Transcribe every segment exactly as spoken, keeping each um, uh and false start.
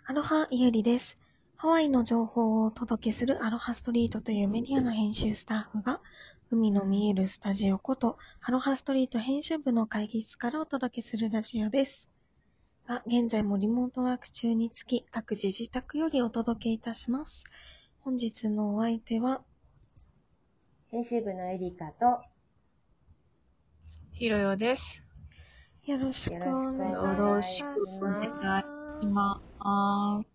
アロハイユリです。ハワイの情報をお届けするアロハストリートというメディアの編集スタッフが、海の見えるスタジオことアロハストリート編集部の会議室からお届けするラジオです。が、現在もリモートワーク中につき、各自自宅よりお届けいたします。本日のお相手は、 編集部のエリカとひろよです。 よろしくお願いします。 よろしくお願いします。 はい。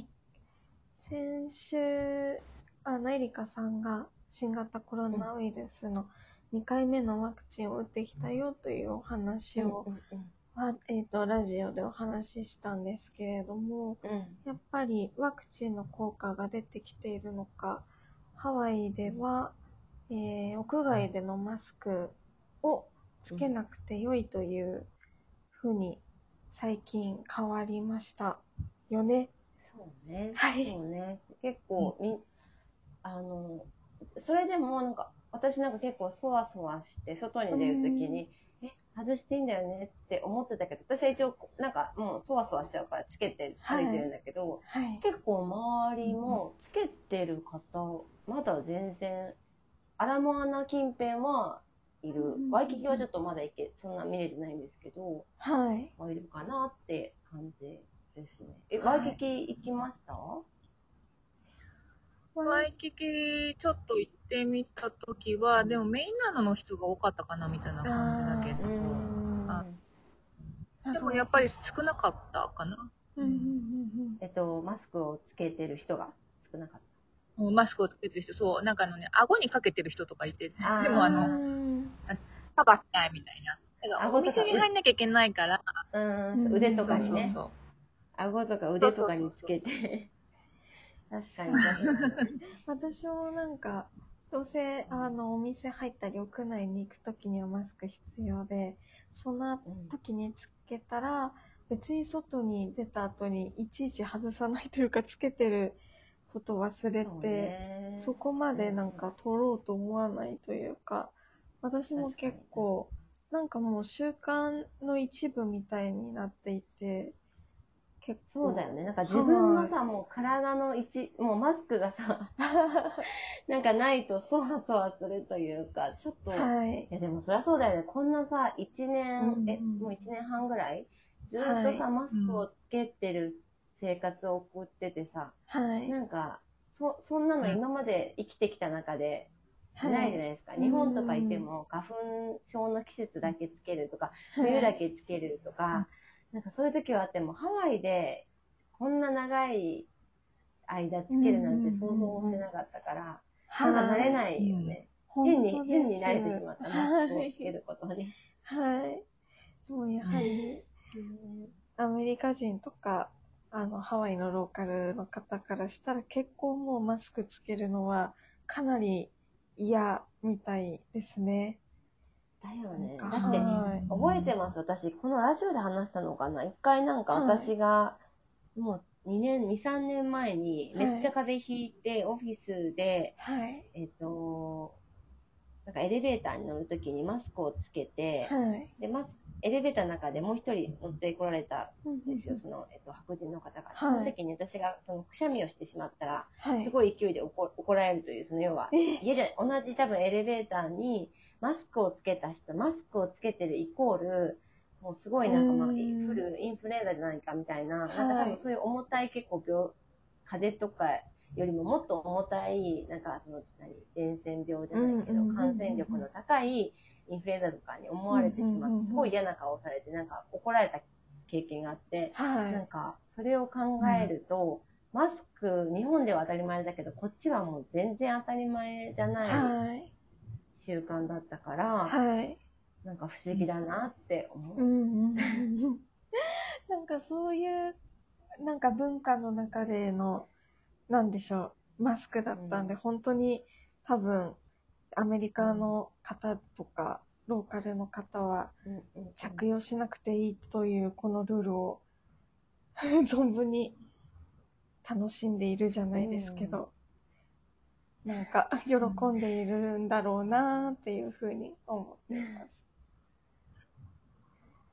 先週、あの、エリカさんが新型コロナウイルスのにかいめのワクチンを打ってきたよというお話を、 うんうんはえーと、ラジオでお話ししたんですけれども、 うん、 やっぱりワクチンの効果が出てきているのか、ハワイでは、えー屋外でのマスクをつけなくて良いというふうに最近変わりましたよね。 そうね、 はいそうね、結構みあのそれでもなんか私なんか結構そわそわして外に出るときにえ外していいんだよねって思ってたけど、私は一応なんかもうそわそわしちゃうからつけて歩いてるんだけど、 はい、 結構周りもつけてる方まだ全然アラモアナ近辺はいる。ワイキキはちょっとまだ行けそんな見れてないんですけど、 はい、 はいるかなって感じですね。え、 はいワイキキ行きました？ ワイキキちょっと行ってみたときは、でもメインランドの人が多かったかなみたいな感じだけど、 うーんあでもやっぱり少なかったかな。 うんうんうんえっと、マスクをつけてる人が少なかっうんマスクをつけてる人、そう、なんかあのね、顎にかけてる人とかいて、 た。 でもあの、 うんカバーしないみたいな。だからお顎とか店に入んなきゃいけないから、 うーん、 うん腕とそうかにね、 そうそう。 顎とか腕とかにつけて。確かに確かに。 私もなんか、どうせあのお店入ったり屋内に行くときにはマスク必要で、その時につけたら、別に外に出た後にいちいち外さないというかつけてること忘れそうて、 ね、 そこまでなんか取ろうと思わないというか、私も結構、なんかもう習慣の一部みたいになっていて、結構。 そうだよね。なんか自分のさ、もう体の一、もうマスクがさ、なんかないとそわそわするというか、ちょっと、 はい。 いやでもそりゃそうだよね。こんなさ、一年、 うんうん、 え、もう一年半ぐらいずっとさ、 はい、 マスクをつけてる生活を送っててさ、 はい、 なんか、そ、そんなの今まで生きてきた中でないじゃないですか。 はい、 日本とかいても花粉症の季節だけつけるとか、 はい、 冬だけつけるとか、なんかそういう時はあっても、ハワイでこんな長い間つけるなんて想像もしてなかったから、なんか慣れないよね。変に、変に慣れてしまった、マスクをつけることに。 はい。もうやはり、アメリカ人とか、あの、ハワイのローカルの方からしたら結構もうマスクつけるのはかなり嫌みたいですね。 だよね。 なんかだって、 はい、 覚えてます。私、このラジオで話したのかな。一回なんか私が、もうにねん、に、さんねんまえにめっちゃ風邪ひいて、オフィスで、 はい、 えっと、なんかエレベーターに乗るときにマスクをつけて、 はい、 で、まず、エレベーターの中でもう一人乗ってこられたんですよ、 うんその、えっと、白人の方が。 はいその時に私が、その、くしゃみをしてしまったら、 はい、 すごい勢いで怒怒られるという、その要は、 え家じゃ、同じ多分エレベーターに、マスクをつけた人、マスクをつけてるイコール、もうすごいなんかまあ、 うんフルインフルエンザじゃないかみたいな、 はいなんか多分そういう重たい結構病、風邪とかよりももっと重たい、なんかその、何、伝染病じゃないけど、感染力の高いインフルエンザとかに思われてしまって、すごい嫌な顔をされて、なんか怒られた経験があって、 はい、 なんかそれを考えると、マスク、日本では当たり前だけど、こっちはもう全然当たり前じゃないはい習慣だったから、 はい。 なんか不思議だなって思う。 うんうんうんうん。なんかそういう、なんか文化の中での、なんでしょう、マスクだったんで、 うん本当に多分、アメリカの方とか、ローカルの方は、 うんうんうん着用しなくていいというこのルールを、存分に楽しんでいるじゃないですけど、なんか、喜んでいるんだろうなっていうふうに思っています。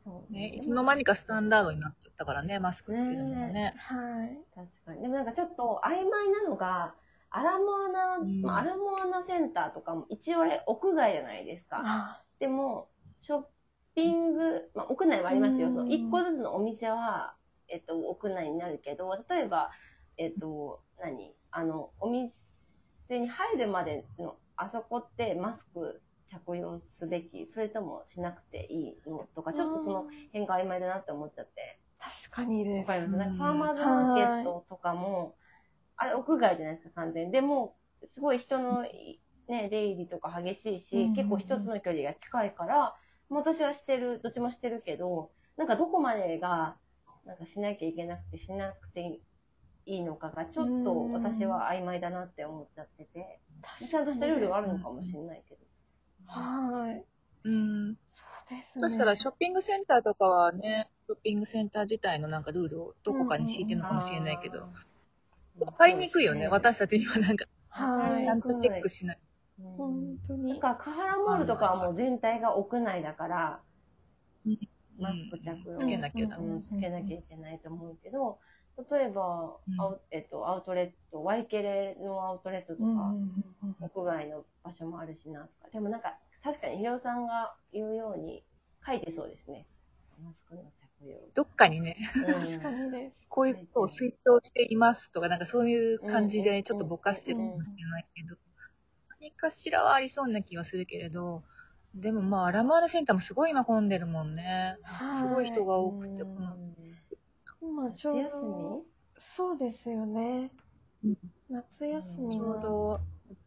そうね、いつの間にかスタンダードになっちゃったからね、マスクつけるのもね。 はい。 確かに。でもなんかちょっと曖昧なのが、アラモアナ、 うんまあ、アラモアナセンターとかも一応あれ屋外じゃないですか。 あでも、ショッピング、まあ、屋内はありますよ。 うんその一個ずつのお店は、えっと、屋内になるけど、例えば、えっと、何あの、お店に入るまでの、あそこってマスク着用すべき、それともしなくていいのとか、ちょっとその辺が曖昧だなって思っちゃって。 確かにです。 わかります。なんかファーうんマーズマーケットとかも、あれ屋外じゃないですか、完全に。でも、すごい人の、ね、出入りとか激しいし、 うんうんうん結構人との距離が近いから、もう私はしてる、どっちもしてるけど、なんかどこまでが、なんかしなきゃいけなくて、しなくていいのかが、ちょっと私は曖昧だなって思っちゃってて、ちゃんとしたルールがあるのかもしれないけど。 はい。 うん。 そうですね。 そしたらショッピングセンターとかはね、ショッピングセンター自体のなんかルールをどこかに敷いてるのかもしれないけど、わかりにくいよね、私たちにはなんか、 はい。 ちゃんとチェックしない。 本当に。 なんか、カハラモールとかはもう全体が屋内だから、 うんマスク着用、 つけなきゃダメ。 うん、つけなきゃいけないと思うけど、例えば、 うんアウえっと、アウトレット、ワイケレのアウトレットとか、 うんうんうんうん屋外の場所もあるしなとか。でもなんか、確かにひろさんが言うように書いてそうですね。マスクの着用。 どっかにね、 確かにです。 こういうことを推奨していますとか、なんかそういう感じでちょっとぼかしてるかもしれないけど、何かしらはありそうな気はするけれど、でもまあ、アラマーナセンターもすごい今混んでるもんね。 はい。 すごい人が多くて、この、 今ちょう夏休ど、そうですよね。 うん夏休みちょうは、 ど、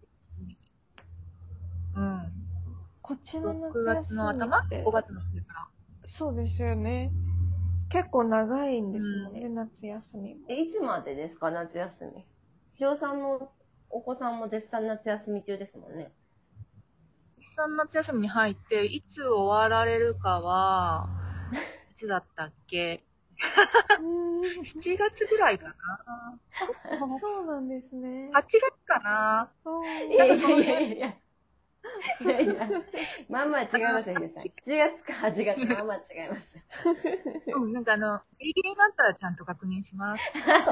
うん、 こっちのろくがつ夏休みの頭って ?ごがつの末から。 そうですよね。結構長いんですもんね、 うん夏休みも。 え、いつまでですか、夏休み。ひろさんのお子さんも絶賛夏休み中ですもんね。 実際の夏休みに入って、いつ終わられるかは、いつだったっけうーんしちがつぐらいかなそうなんですね。 はちがつかなうんいやいやいやいやいや。いやいや。まあまあ違いますよ、ひろさん。しちがつかはちがつ、まあまあ違いますよ。 うん、なんかあの、ギリギリになったらちゃんと確認します。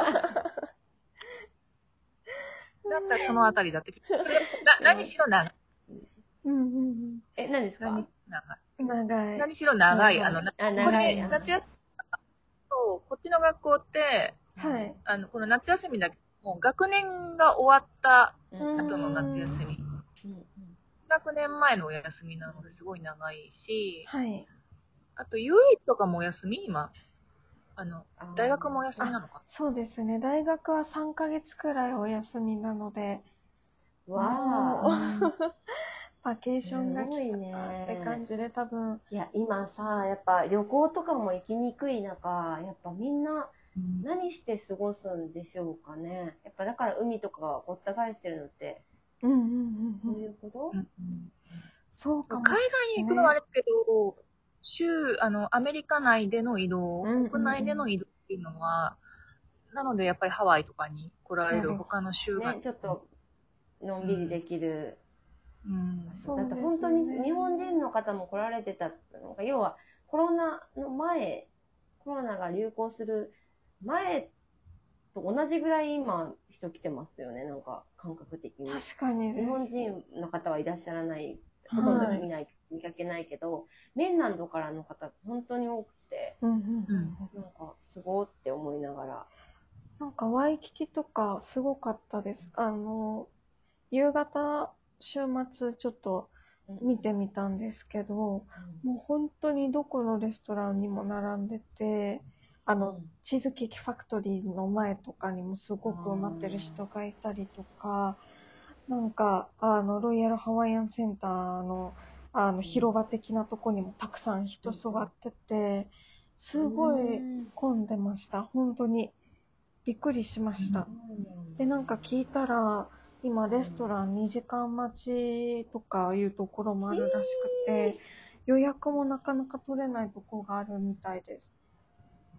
なんかそのあたりだって。な、何しろ長い。 うんうんえ、何ですか何しろ長い。 うん。長い。 何しろ長い。 うんあの、なあ、 こ長い。 れ、夏休み、そうこっちの学校って、 はい。 あの、この夏休みだけ、もう学年が終わったうん後の夏休み。 うん学年前のお休みなのですごい長いし、 はい。 あと、遊園地とかもお休み今。あの、大学もお休みなのか。 そうですね。大学はさんかげつくらいお休みなので、 わもあ。 うバケーションがすごい来たねって感じで多分、 いや、今さ、やっぱ旅行とかも行きにくい中、やっぱみんなうん何して過ごすんでしょうかね。やっぱだから海とかがごった返してるのって、 うんうんうんそううん。 いうこと、 うんそうかも海しれない外に行くのはあれですけど、州、あの、アメリカ内での移動、 うんうんうん国内での移動っていうのは、なのでやっぱりハワイとかに来られなるほどる他の州が、 ね、ちょっとのんびりできる。 うん、 だって本当に日本人の方も来られてたのが、要はコロナの前、コロナが流行する前と同じぐらい今人来てますよね、なんか感覚的に。 確かにです。 日本人の方はいらっしゃらない、ほとんど見ない、見かけないけど、メンランドからの方本当に多くて、 うんうんうんうん。 なんかすごーって思いながら。 なんかワイキキとかすごかったです。あの、夕方、週末ちょっと見てみたんですけど、もう本当にどこのレストランにも並んでて、あの、 うんチーズケーキファクトリーの前とかにもすごく待ってる人がいたりとか、なんか、あの、ロイヤルハワイアンセンターの、あの、広場的なとこにもたくさん人座ってて、すごい混んでました。本当に。びっくりしました。で、なんか聞いたら、今レストランにじかん待ちとかいうところもあるらしくて、予約もなかなか取れないところがあるみたいです。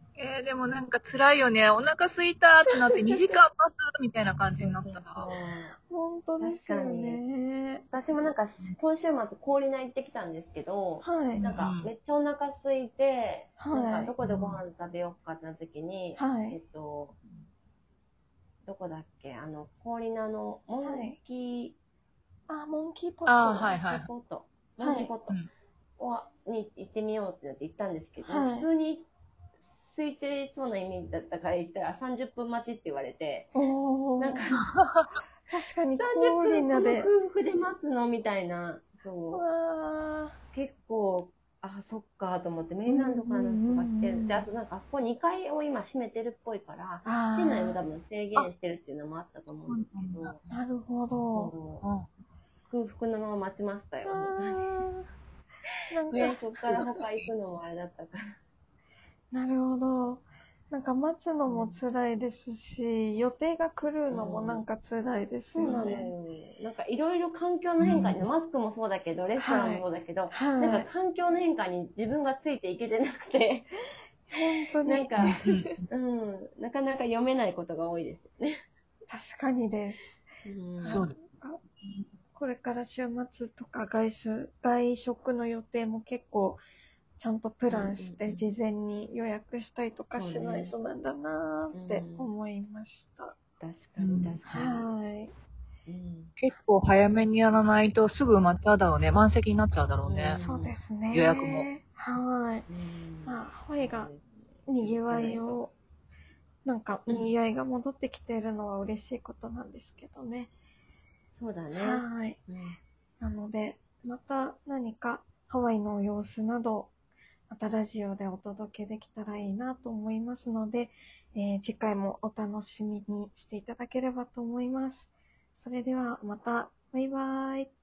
えー、でもなんか辛いよね。お腹空いたってなってにじかん待つみたいな感じになったら。 本当ですよね。 私もなんか今週末氷縄行ってきたんですけど、 はい。 なんかめっちゃお腹空いて、 はいなんかどこでご飯食べようかってなった時に、 はい。 えっと、どこだっけ、あの、氷縄のモンキあ、モンキーポッー、 ト。 あーはいはいモンキーポット、モンキーポットをに行ってみようってなって行ったんですけど、 はい普通に空いてそうなイメージだったから行ったらさんじゅっぷん待ちって言われて、 おー。 なんか確かにさんじゅっぷんこの氷なで。 空腹で待つのみたいな、 うそう。 わ結構、あ、そっかと思って、メインランドからの人が来てる。で、あとなんかあそこにかいを今閉めてるっぽいから、 あ店内もー。 多分制限してるっていうのもあったと思うんですけど、 なるほど。 そう空腹のまま待ちましたよ。 なんか、 ね、そっから他行くのもあれだったから。 なるほど。なんか待つのも辛いですし、予定が狂うのもなんか辛いですそうなのよね。 よ。なんかいろいろ環境の変化に、マスクもそうだけど、レストランもそうだけど、 はい。 なんか環境の変化に自分がついていけてなくて、 本当に。 なんか、うん、なかなか読めないことが多いですよね。 確かにです。 うんそうだ。 これから週末とか外食、外食の予定も結構ちゃんとプランして事前に予約したりとかしないとなんだなーって思いました。 確かに確かはい。 に。うん結構早めにやらないとすぐ埋まっちゃうだろうね。満席になっちゃうだろうね。 そうですね。 予約も。 はい。 うんまあ、ハワイが賑わいを、なんか賑わいが戻ってきているのは嬉しいことなんですけどね。 そうだね。 はい。 うんなので、また何かハワイの様子など、またラジオでお届けできたらいいなと思いますので、えー次回もお楽しみにしていただければと思います。それではまた、バイバーイ。